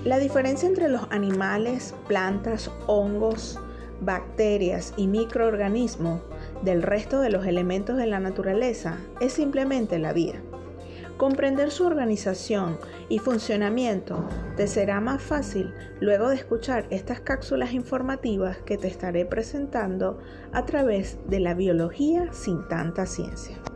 La diferencia entre los animales, plantas, hongos, bacterias y microorganismos del resto de los elementos de la naturaleza es simplemente la vida. Comprender su organización y funcionamiento te será más fácil luego de escuchar estas cápsulas informativas que te estaré presentando a través de la biología sin tanta ciencia.